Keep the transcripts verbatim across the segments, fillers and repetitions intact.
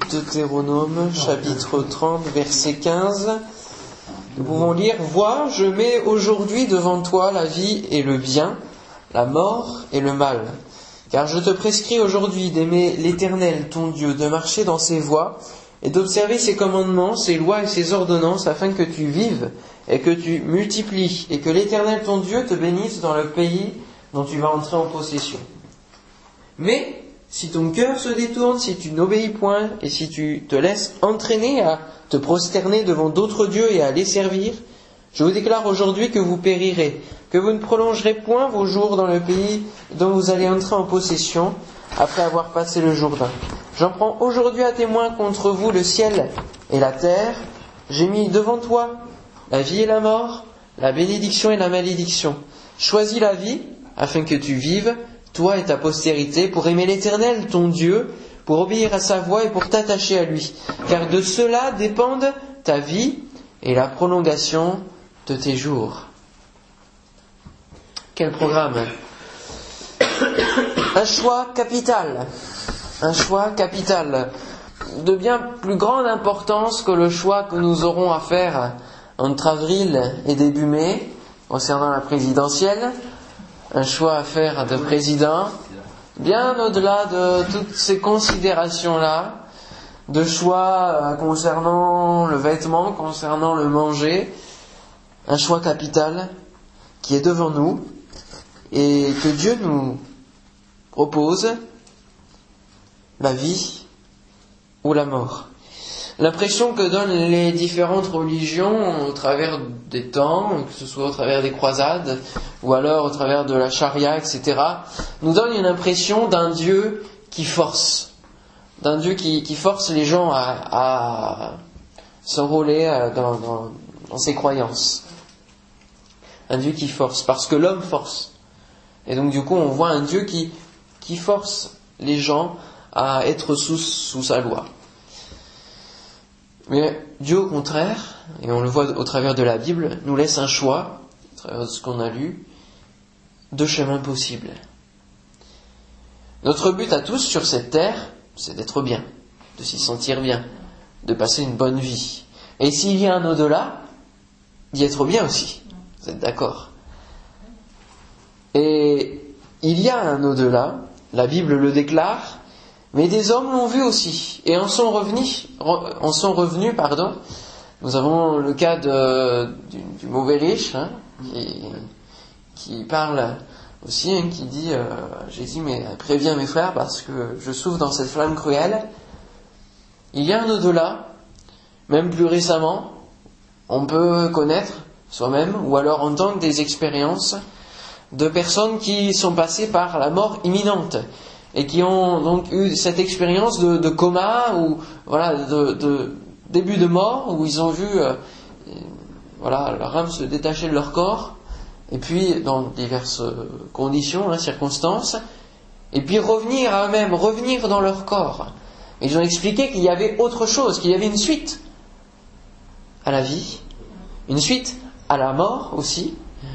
Deutéronome, chapitre trente, verset quinze. Nous pouvons lire « Vois, je mets aujourd'hui devant toi la vie et le bien, la mort et le mal. Car je te prescris aujourd'hui d'aimer l'Éternel, ton Dieu, de marcher dans ses voies et d'observer ses commandements, ses lois et ses ordonnances, afin que tu vives et que tu multiplies, et que l'Éternel, ton Dieu, te bénisse dans le pays dont tu vas entrer en possession. Mais si ton cœur se détourne, si tu n'obéis point, et si tu te laisses entraîner à te prosterner devant d'autres dieux et à les servir, je vous déclare aujourd'hui que vous périrez, que vous ne prolongerez point vos jours dans le pays dont vous allez entrer en possession, après avoir passé le Jourdain. J'en prends aujourd'hui à témoin contre vous le ciel et la terre. J'ai mis devant toi la vie et la mort, la bénédiction et la malédiction. Choisis la vie, afin que tu vives, toi et ta postérité, pour aimer l'Éternel, ton Dieu, pour obéir à sa voix et pour t'attacher à lui. Car de cela dépendent ta vie et la prolongation de tes jours. Quel programme! Un choix capital. Un choix capital. De bien plus grande importance que le choix que nous aurons à faire entre avril et début mai, concernant la présidentielle. Un choix à faire de président, bien au-delà de toutes ces considérations-là, de choix concernant le vêtement, concernant le manger, un choix capital qui est devant nous et que Dieu nous propose, la vie ou la mort. L'impression que donnent les différentes religions au travers des temps, que ce soit au travers des croisades ou alors au travers de la charia, et cetera, nous donne une impression d'un Dieu qui force, d'un Dieu qui, qui force les gens à, à s'enrôler dans, dans, dans ses croyances. Un Dieu qui force, parce que l'homme force. Et donc du coup on voit un Dieu qui, qui force les gens à être sous, sous sa loi. Mais Dieu, au contraire, et on le voit au travers de la Bible, nous laisse un choix, au travers de ce qu'on a lu, deux chemins possibles. Notre but à tous sur cette terre, c'est d'être bien, de s'y sentir bien, de passer une bonne vie. Et s'il y a un au-delà, d'y être bien aussi. Vous êtes d'accord? Et il y a un au-delà, la Bible le déclare, mais des hommes l'ont vu aussi, et en sont revenus, en sont revenus, pardon. Nous avons le cas de, du, du mauvais riche, hein, qui, qui parle aussi, hein, qui dit, euh, j'ai dit, mais préviens mes frères parce que je souffre dans cette flamme cruelle. Il y a un au-delà, même plus récemment, on peut connaître soi-même, ou alors entendre des expériences de personnes qui sont passées par la mort imminente. Et qui ont donc eu cette expérience de, de coma ou voilà de, de début de mort où ils ont vu euh, voilà leur âme se détacher de leur corps et puis dans diverses conditions, hein, circonstances, et puis revenir à eux-mêmes, revenir dans leur corps. Et ils ont expliqué qu'il y avait autre chose, qu'il y avait une suite à la vie, une suite à la mort aussi.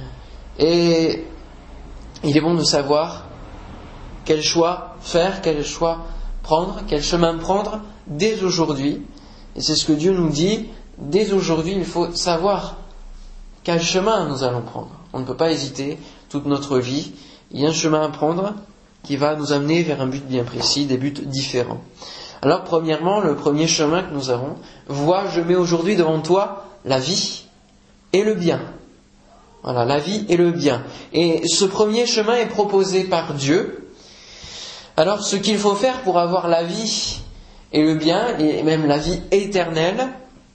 Et il est bon de savoir quel choix faire, quel choix prendre, quel chemin prendre dès aujourd'hui. Et c'est ce que Dieu nous dit, dès aujourd'hui il faut savoir quel chemin nous allons prendre. On ne peut pas hésiter toute notre vie. Il y a un chemin à prendre qui va nous amener vers un but bien précis, des buts différents. Alors premièrement, le premier chemin que nous avons, vois, je mets aujourd'hui devant toi la vie et le bien. Voilà, la vie et le bien. Et ce premier chemin est proposé par Dieu. Alors, ce qu'il faut faire pour avoir la vie et le bien, et même la vie éternelle,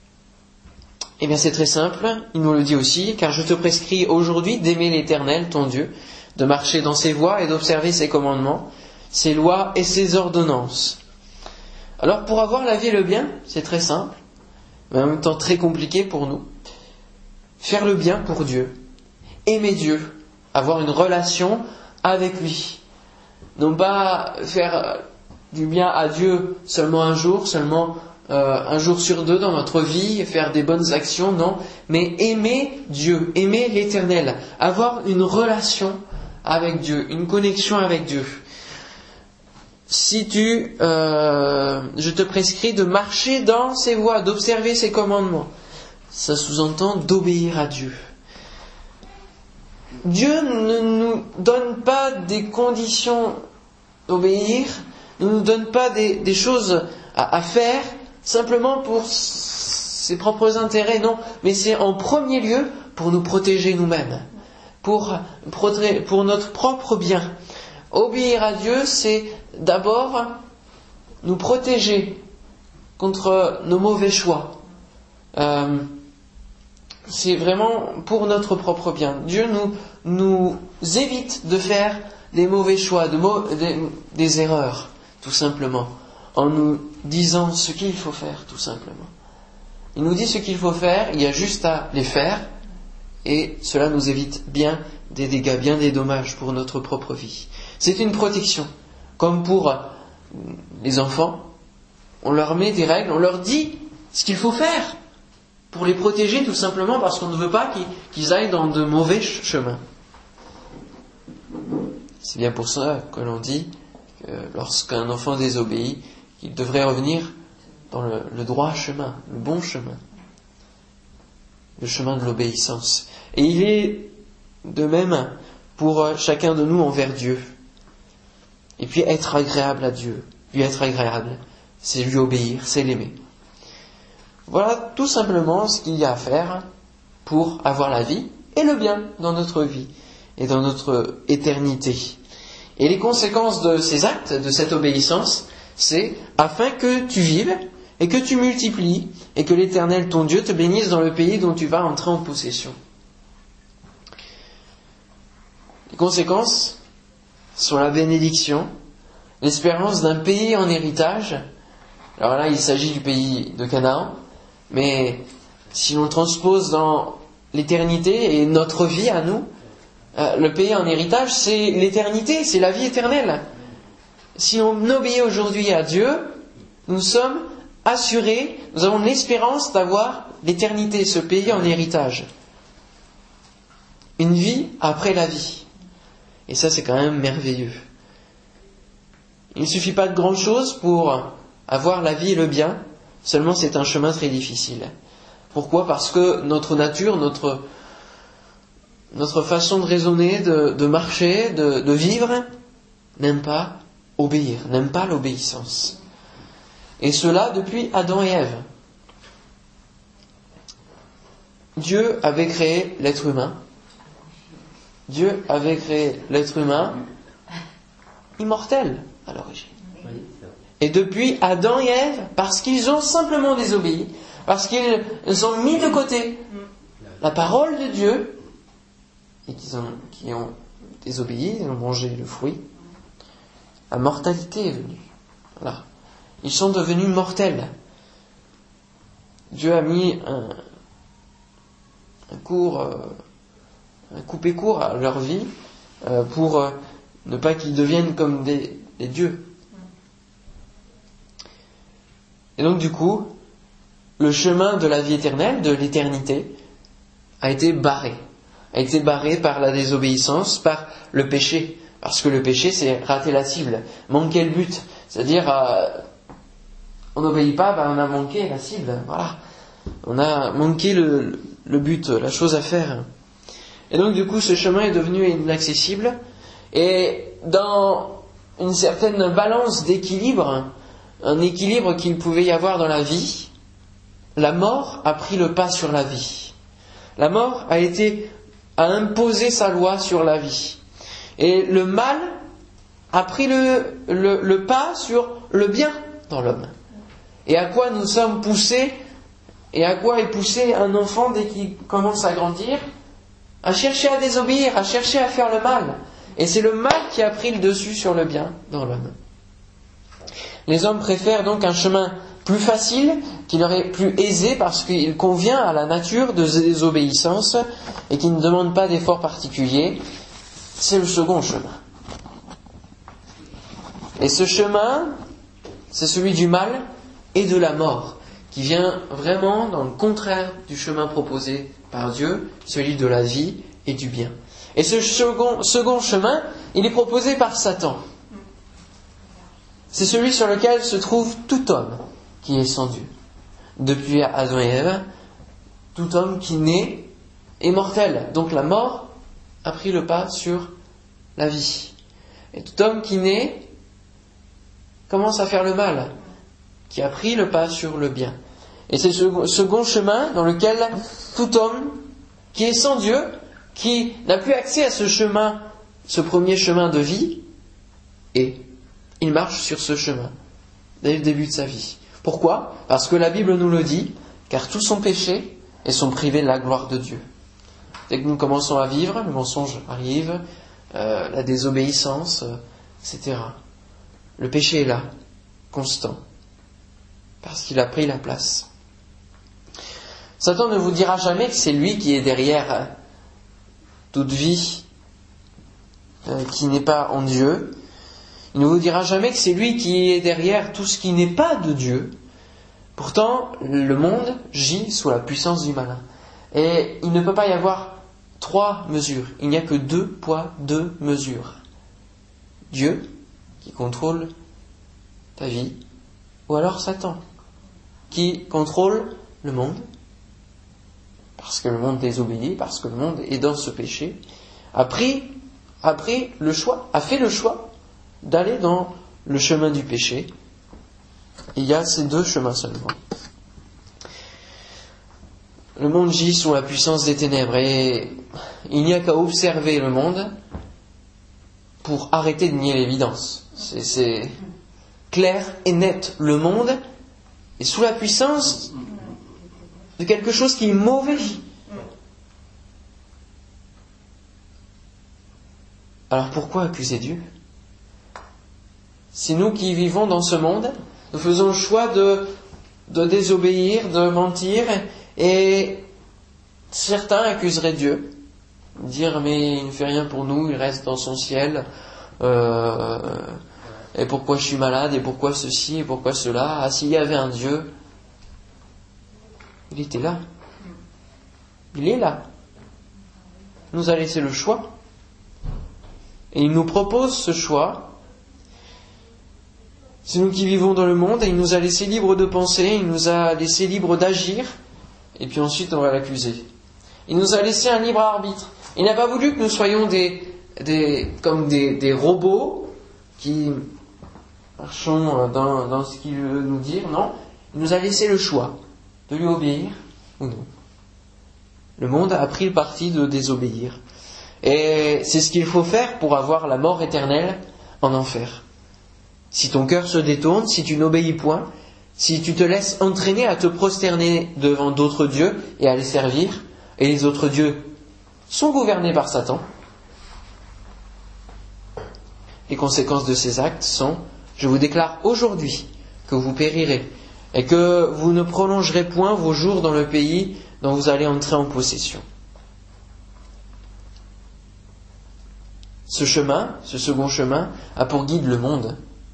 eh bien c'est très simple, il nous le dit aussi, car je te prescris aujourd'hui d'aimer l'Éternel, ton Dieu, de marcher dans ses voies et d'observer ses commandements, ses lois et ses ordonnances. Alors, pour avoir la vie et le bien, c'est très simple, mais en même temps très compliqué pour nous. Faire le bien pour Dieu, aimer Dieu, avoir une relation avec lui. Non pas faire du bien à Dieu seulement un jour, seulement euh, un jour sur deux dans notre vie, faire des bonnes actions, non. Mais aimer Dieu, aimer l'Éternel, avoir une relation avec Dieu, une connexion avec Dieu. si tu, euh, je te prescris de marcher dans ses voies, d'observer ses commandements. Ça sous-entend d'obéir à Dieu. Dieu ne nous donne pas des conditions d'obéir, ne nous donne pas des, des choses à, à faire simplement pour ses propres intérêts, non, mais c'est en premier lieu pour nous protéger nous-mêmes, pour, pour notre propre bien. Obéir à Dieu, c'est d'abord nous protéger contre nos mauvais choix. Euh, c'est vraiment pour notre propre bien. Dieu nous, nous évite de faire des mauvais choix, de mau- des, des erreurs, tout simplement, en nous disant ce qu'il faut faire, tout simplement. Il nous dit ce qu'il faut faire, il y a juste à les faire, et cela nous évite bien des dégâts, bien des dommages pour notre propre vie. C'est une protection, comme pour les enfants, on leur met des règles, on leur dit ce qu'il faut faire, pour les protéger tout simplement parce qu'on ne veut pas qu'ils, qu'ils aillent dans de mauvais chemins. C'est bien pour ça que l'on dit que lorsqu'un enfant désobéit, il devrait revenir dans le, le droit chemin, le bon chemin, le chemin de l'obéissance. Et il est de même pour chacun de nous envers Dieu. Et puis être agréable à Dieu, lui être agréable, c'est lui obéir, c'est l'aimer. Voilà tout simplement ce qu'il y a à faire pour avoir la vie et le bien dans notre vie et dans notre éternité. Et les conséquences de ces actes, de cette obéissance, c'est afin que tu vives et que tu multiplies et que l'Éternel ton Dieu te bénisse dans le pays dont tu vas entrer en possession. Les conséquences sont la bénédiction, l'espérance d'un pays en héritage. Alors là, il s'agit du pays de Canaan, mais si l'on transpose dans l'éternité et notre vie à nous, euh, le pays en héritage, c'est l'éternité, c'est la vie éternelle. Si on obéit aujourd'hui à Dieu, nous sommes assurés, nous avons l'espérance d'avoir l'éternité, ce pays en héritage. Une vie après la vie. Et ça, c'est quand même merveilleux. Il ne suffit pas de grand-chose pour avoir la vie et le bien, seulement c'est un chemin très difficile. Pourquoi ? Parce que notre nature, notre, notre façon de raisonner, de, de marcher, de, de vivre, n'aime pas obéir, n'aime pas l'obéissance. Et cela depuis Adam et Ève. Dieu avait créé l'être humain. Dieu avait créé l'être humain immortel à l'origine. Et depuis Adam et Ève, parce qu'ils ont simplement désobéi, parce qu'ils ont mis de côté la parole de Dieu, et qu'ils ont, qui ont désobéi, ils ont mangé le fruit, la mortalité est venue. Voilà. Ils sont devenus mortels. Dieu a mis un, un court, euh, un coupé court à leur vie euh, pour euh, ne pas qu'ils deviennent comme des, des dieux. Et donc du coup, le chemin de la vie éternelle, de l'éternité, a été barré. A été barré par la désobéissance, par le péché. Parce que le péché, c'est rater la cible, manquer le but. C'est-à-dire, euh, on n'obéit pas, ben on a manqué la cible. Voilà. On a manqué le, le but, la chose à faire. Et donc du coup, ce chemin est devenu inaccessible. Et dans une certaine balance d'équilibre, un équilibre qu'il pouvait y avoir dans la vie, la mort a pris le pas sur la vie. La mort a été, a imposé sa loi sur la vie. Et le mal a pris le, le, le pas sur le bien dans l'homme. Et à quoi nous sommes poussés, et à quoi est poussé un enfant dès qu'il commence à grandir ? À chercher à désobéir, à chercher à faire le mal. Et c'est le mal qui a pris le dessus sur le bien dans l'homme. Les hommes préfèrent donc un chemin plus facile, qui leur est plus aisé parce qu'il convient à la nature de désobéissance et qui ne demande pas d'efforts particuliers. C'est le second chemin. Et ce chemin, c'est celui du mal et de la mort, qui vient vraiment dans le contraire du chemin proposé par Dieu, celui de la vie et du bien. Et ce second, second chemin, il est proposé par Satan. c'est celui sur lequel se trouve tout homme qui est sans Dieu. Depuis Adam et Ève, tout homme qui naît est mortel. Donc la mort a pris le pas sur la vie. Et tout homme qui naît commence à faire le mal, qui a pris le pas sur le bien. Et c'est ce second chemin dans lequel tout homme qui est sans Dieu, qui n'a plus accès à ce chemin, ce premier chemin de vie, et il marche sur ce chemin dès le début de sa vie. Pourquoi ? Parce que la Bible nous le dit, car tous sont péchés et sont privés de la gloire de Dieu. Dès que nous commençons à vivre, le mensonge arrive, euh, la désobéissance, euh, et cetera. Le péché est là, constant, parce qu'il a pris la place. Satan ne vous dira jamais que c'est lui qui est derrière euh, toute vie euh, qui n'est pas en Dieu. Il ne vous dira jamais que c'est lui qui est derrière tout ce qui n'est pas de Dieu. Pourtant, le monde gît sous la puissance du malin. Et il ne peut pas y avoir trois mesures. Il n'y a que deux poids, deux mesures. Dieu, qui contrôle ta vie, ou alors Satan, qui contrôle le monde, parce que le monde désobéit, parce que le monde est dans ce péché, a pris, a pris le choix, a fait le choix d'aller dans le chemin du péché. Il y a ces deux chemins seulement. Le monde gît sous la puissance des ténèbres et il n'y a qu'à observer le monde pour arrêter de nier l'évidence. C'est, c'est clair et net. Le monde est sous la puissance de quelque chose qui est mauvais. Alors pourquoi accuser Dieu ? C'est nous qui vivons dans ce monde, nous faisons le choix de, de désobéir, de mentir, et certains accuseraient Dieu, dire mais il ne fait rien pour nous, il reste dans son ciel, euh, et pourquoi je suis malade, et pourquoi ceci, et pourquoi cela. Ah, s'il y avait un Dieu, il était là, il est là, il nous a laissé le choix, et il nous propose ce choix. C'est nous qui vivons dans le monde et il nous a laissé libres de penser, il nous a laissé libres d'agir, et puis ensuite on va l'accuser. Il nous a laissé un libre arbitre. Il n'a pas voulu que nous soyons des, des, comme des, des robots qui marchons dans, dans ce qu'il veut nous dire. Non, il nous a laissé le choix de lui obéir ou non. Le monde a pris le parti de désobéir. Et c'est ce qu'il faut faire pour avoir la mort éternelle en enfer. Si ton cœur se détourne, si tu n'obéis point, si tu te laisses entraîner à te prosterner devant d'autres dieux et à les servir, et les autres dieux sont gouvernés par Satan, les conséquences de ces actes sont: je vous déclare aujourd'hui que vous périrez et que vous ne prolongerez point vos jours dans le pays dont vous allez entrer en possession. Ce chemin, ce second chemin, a pour guide le monde.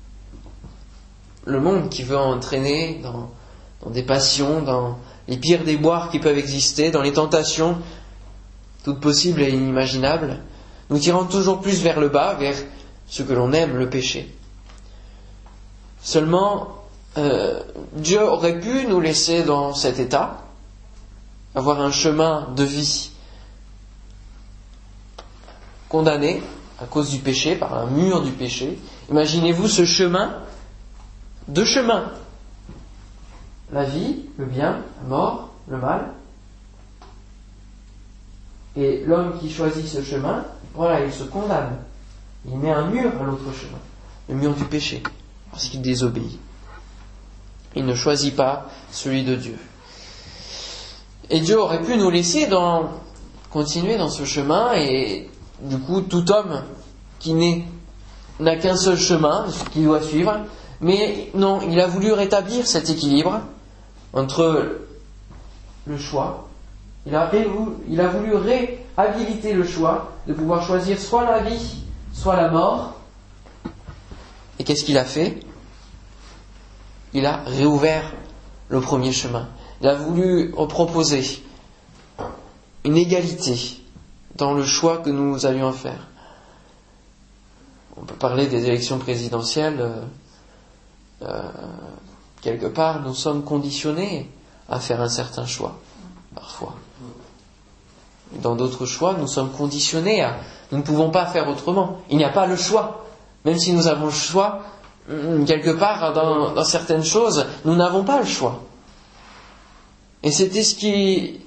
Le monde qui veut entraîner dans, dans des passions, dans les pires déboires qui peuvent exister, dans les tentations toutes possibles et inimaginables, nous tirant toujours plus vers le bas, vers ce que l'on aime, le péché. Seulement, euh, Dieu aurait pu nous laisser dans cet état, avoir un chemin de vie condamné à cause du péché, par un mur du péché. Imaginez-vous ce chemin, deux chemins, la vie, le bien, la mort, le mal. Et l'homme qui choisit ce chemin, voilà, il se condamne. Il met un mur à l'autre chemin, le mur du péché, parce qu'il désobéit. Il ne choisit pas celui de Dieu. Et Dieu aurait pu nous laisser dans, continuer dans ce chemin, et du coup, tout homme qui naît n'a qu'un seul chemin qu'il doit suivre. Mais non, il a voulu rétablir cet équilibre entre le choix. Il a, ré, il a voulu réhabiliter le choix de pouvoir choisir soit la vie, soit la mort. Et qu'est-ce qu'il a fait ? Il a réouvert le premier chemin. Il a voulu proposer une égalité dans le choix que nous allions faire. On peut parler des élections présidentielles. euh, quelque part, nous sommes conditionnés à faire un certain choix, parfois. Dans d'autres choix, nous sommes conditionnés à... Nous ne pouvons pas faire autrement. Il n'y a pas le choix. Même si nous avons le choix, quelque part, dans, dans certaines choses, nous n'avons pas le choix. Et c'était ce qui...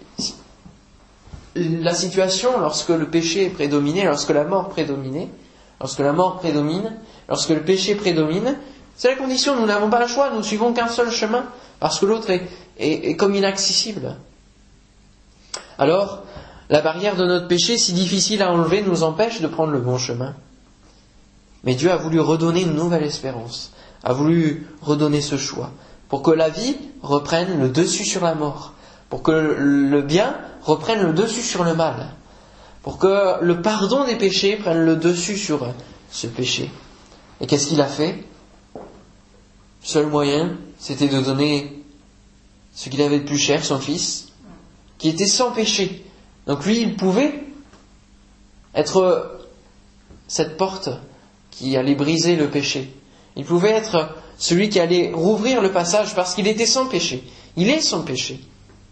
La situation lorsque le péché prédominait, lorsque la mort prédominait, lorsque la mort prédomine, lorsque le péché prédomine, c'est la condition, nous n'avons pas le choix, nous ne suivons qu'un seul chemin, parce que l'autre est, est, est comme inaccessible. Alors, la barrière de notre péché, si difficile à enlever, nous empêche de prendre le bon chemin. Mais Dieu a voulu redonner une nouvelle espérance, a voulu redonner ce choix, pour que la vie reprenne le dessus sur la mort, pour que le bien reprenne le dessus sur le mal, pour que le pardon des péchés prenne le dessus sur ce péché. Et qu'est-ce qu'il a fait ? Le seul moyen, c'était de donner ce qu'il avait de plus cher, son Fils, qui était sans péché. Donc lui, il pouvait être cette porte qui allait briser le péché. Il pouvait être celui qui allait rouvrir le passage parce qu'il était sans péché. Il est sans péché.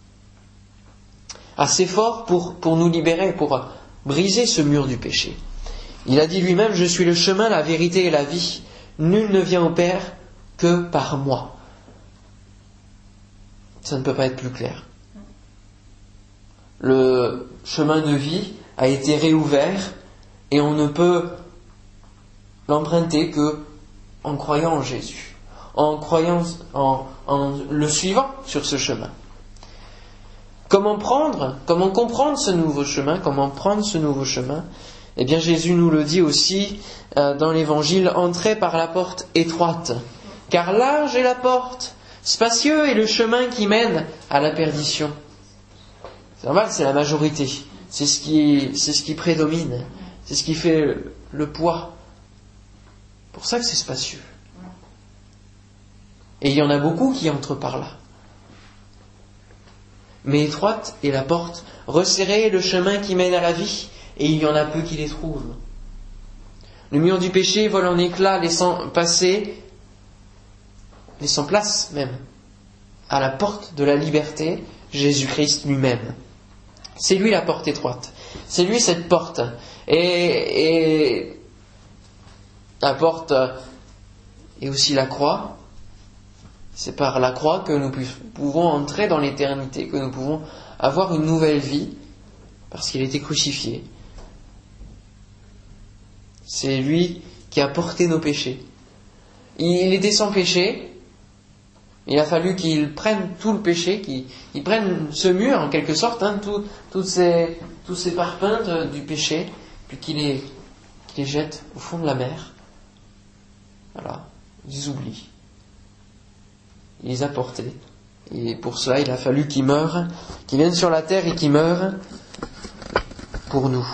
Assez fort pour, pour nous libérer, pour briser ce mur du péché. Il a dit lui-même, je suis le chemin, la vérité et la vie. Nul ne vient au Père que par moi. Ça ne peut pas être plus clair. Le chemin de vie a été réouvert et on ne peut l'emprunter que en croyant en Jésus, en croyant, en, en le suivant sur ce chemin. Comment prendre, comment comprendre ce nouveau chemin, comment prendre ce nouveau chemin ? Eh bien, Jésus nous le dit aussi euh, dans l'Évangile, entrez par la porte étroite, car large est la porte, spacieux est le chemin qui mène à la perdition. C'est normal, c'est la majorité, c'est ce qui, c'est ce qui prédomine, c'est ce qui fait le, le poids. C'est pour ça que c'est spacieux. Et il y en a beaucoup qui entrent par là. Mais étroite est la porte, resserrée est le chemin qui mène à la vie, et il y en a peu qui les trouvent. Le mur du péché vole en éclats, laissant passer, laissant place même, à la porte de la liberté, Jésus-Christ lui-même. C'est lui la porte étroite. C'est lui cette porte. Et, et la porte est aussi la croix. C'est par la croix que nous pouvons entrer dans l'éternité, que nous pouvons avoir une nouvelle vie, parce qu'il a été crucifié. C'est lui qui a porté nos péchés. Il était sans péché. Il a fallu qu'il prenne tout le péché, qu'il, qu'il prenne ce mur en quelque sorte, hein, tout, toutes ces, tous ces parpaings de, du péché, puis qu'il les, qu'il les jette au fond de la mer. Voilà, il les oublie. Il les a portés. Et pour cela, il a fallu qu'il meure, qu'il vienne sur la terre et qu'il meure pour nous.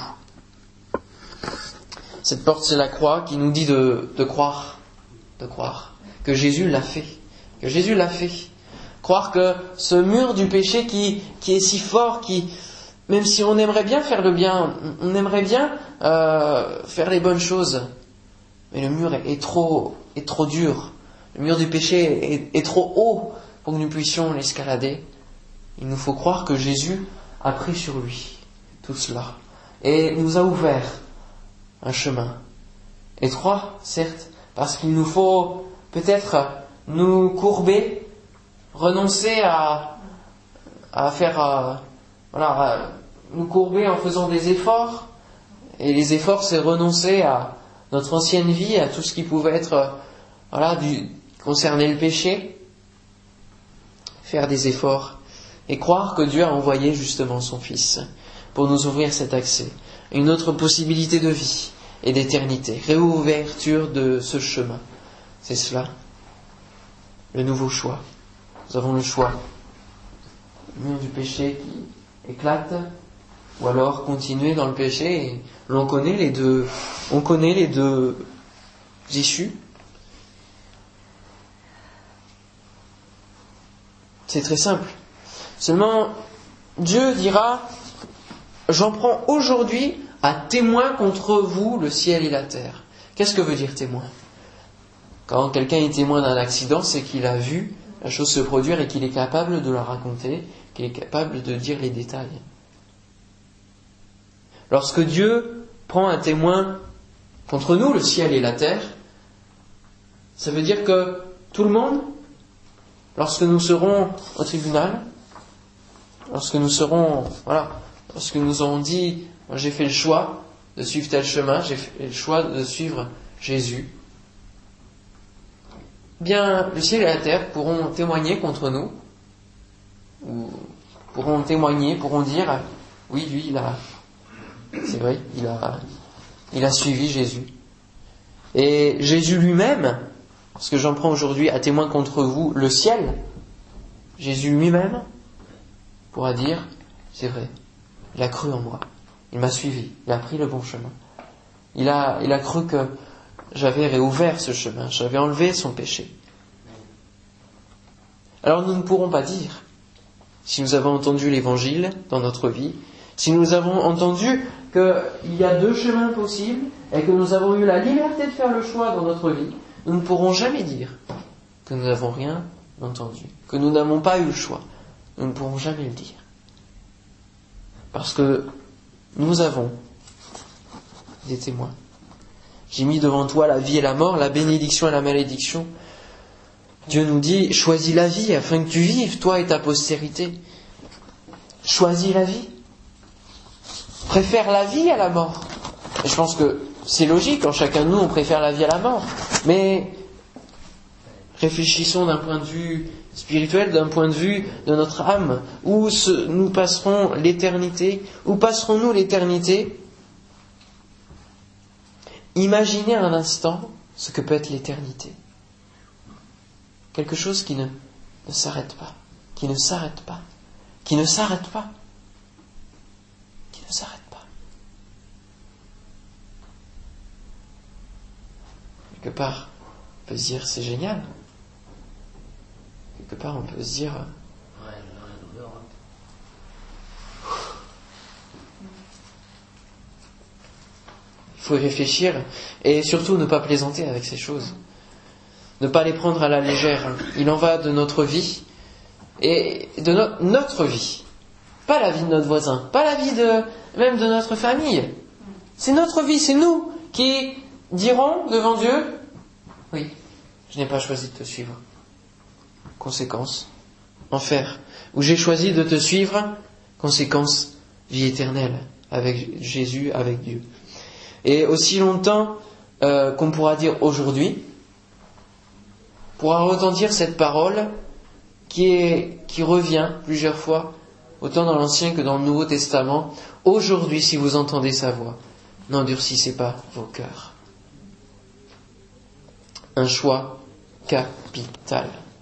Cette porte, c'est la croix qui nous dit de, de croire, de croire que Jésus l'a fait. Que Jésus l'a fait. Croire que ce mur du péché qui, qui est si fort, qui, même si on aimerait bien faire le bien, on aimerait bien euh, faire les bonnes choses, mais le mur est, est, trop, est trop dur. Le mur du péché est, est trop haut pour que nous puissions l'escalader. Il nous faut croire que Jésus a pris sur lui tout cela et nous a ouvert un chemin. Étroit, certes, parce qu'il nous faut peut-être nous courber, renoncer à, à faire, à, voilà, à nous courber en faisant des efforts. Et les efforts, c'est renoncer à notre ancienne vie, à tout ce qui pouvait être, voilà, du, concerner le péché. Faire des efforts et croire que Dieu a envoyé justement son Fils pour nous ouvrir cet accès, une autre possibilité de vie et d'éternité, réouverture de ce chemin. C'est cela, le nouveau choix. Nous avons le choix. Le mur du péché qui éclate, ou alors continuer dans le péché. Et l'on connaît les deux, on connaît les deux issues. C'est très simple. Seulement, Dieu dira, j'en prends aujourd'hui à témoin contre vous le ciel et la terre. Qu'est-ce que veut dire témoin ? Quand quelqu'un est témoin d'un accident, c'est qu'il a vu la chose se produire et qu'il est capable de la raconter, qu'il est capable de dire les détails. Lorsque Dieu prend un témoin contre nous, le ciel et la terre, ça veut dire que tout le monde, lorsque nous serons au tribunal, lorsque nous serons, voilà, lorsque nous aurons dit, j'ai fait le choix de suivre tel chemin, j'ai fait le choix de suivre Jésus, bien, le ciel et la terre pourront témoigner contre nous, ou pourront témoigner, pourront dire, oui, lui, il a, c'est vrai, il a, il a suivi Jésus. Et Jésus lui-même, parce que j'en prends aujourd'hui à témoin contre vous le ciel, Jésus lui-même pourra dire, c'est vrai, il a cru en moi, il m'a suivi, il a pris le bon chemin. Il a, il a cru que j'avais réouvert ce chemin, j'avais enlevé son péché. Alors nous ne pourrons pas dire, si nous avons entendu l'évangile dans notre vie, si nous avons entendu qu'il y a deux chemins possibles et que nous avons eu la liberté de faire le choix dans notre vie, nous ne pourrons jamais dire que nous n'avons rien entendu, que nous n'avons pas eu le choix. Nous ne pourrons jamais le dire. Parce que nous avons des témoins. J'ai mis devant toi la vie et la mort, la bénédiction et la malédiction. Dieu nous dit, choisis la vie afin que tu vives, toi et ta postérité. Choisis la vie. Préfère la vie à la mort. Et je pense que c'est logique, en chacun de nous, on préfère la vie à la mort. Mais réfléchissons d'un point de vue spirituel, d'un point de vue de notre âme. Où se, nous passerons l'éternité? Où passerons-nous l'éternité? Imaginez un instant ce que peut être l'éternité. Quelque chose qui ne, ne s'arrête pas, qui ne s'arrête pas, qui ne s'arrête pas, qui ne s'arrête pas. Quelque part, on peut se dire c'est génial. Quelque part, on peut se dire il faut y réfléchir et surtout ne pas plaisanter avec ces choses. Ne pas les prendre à la légère. Il en va de notre vie et de no- notre vie. Pas la vie de notre voisin, pas la vie de même de notre famille. C'est notre vie, c'est nous qui dirons devant Dieu, oui, je n'ai pas choisi de te suivre. Conséquence, enfer. Ou j'ai choisi de te suivre, conséquence, vie éternelle, avec Jésus, avec Dieu. Et aussi longtemps euh, qu'on pourra dire aujourd'hui, pourra retentir cette parole qui, est, qui revient plusieurs fois, autant dans l'Ancien que dans le Nouveau Testament. Aujourd'hui, si vous entendez sa voix, n'endurcissez pas vos cœurs. Un choix capital.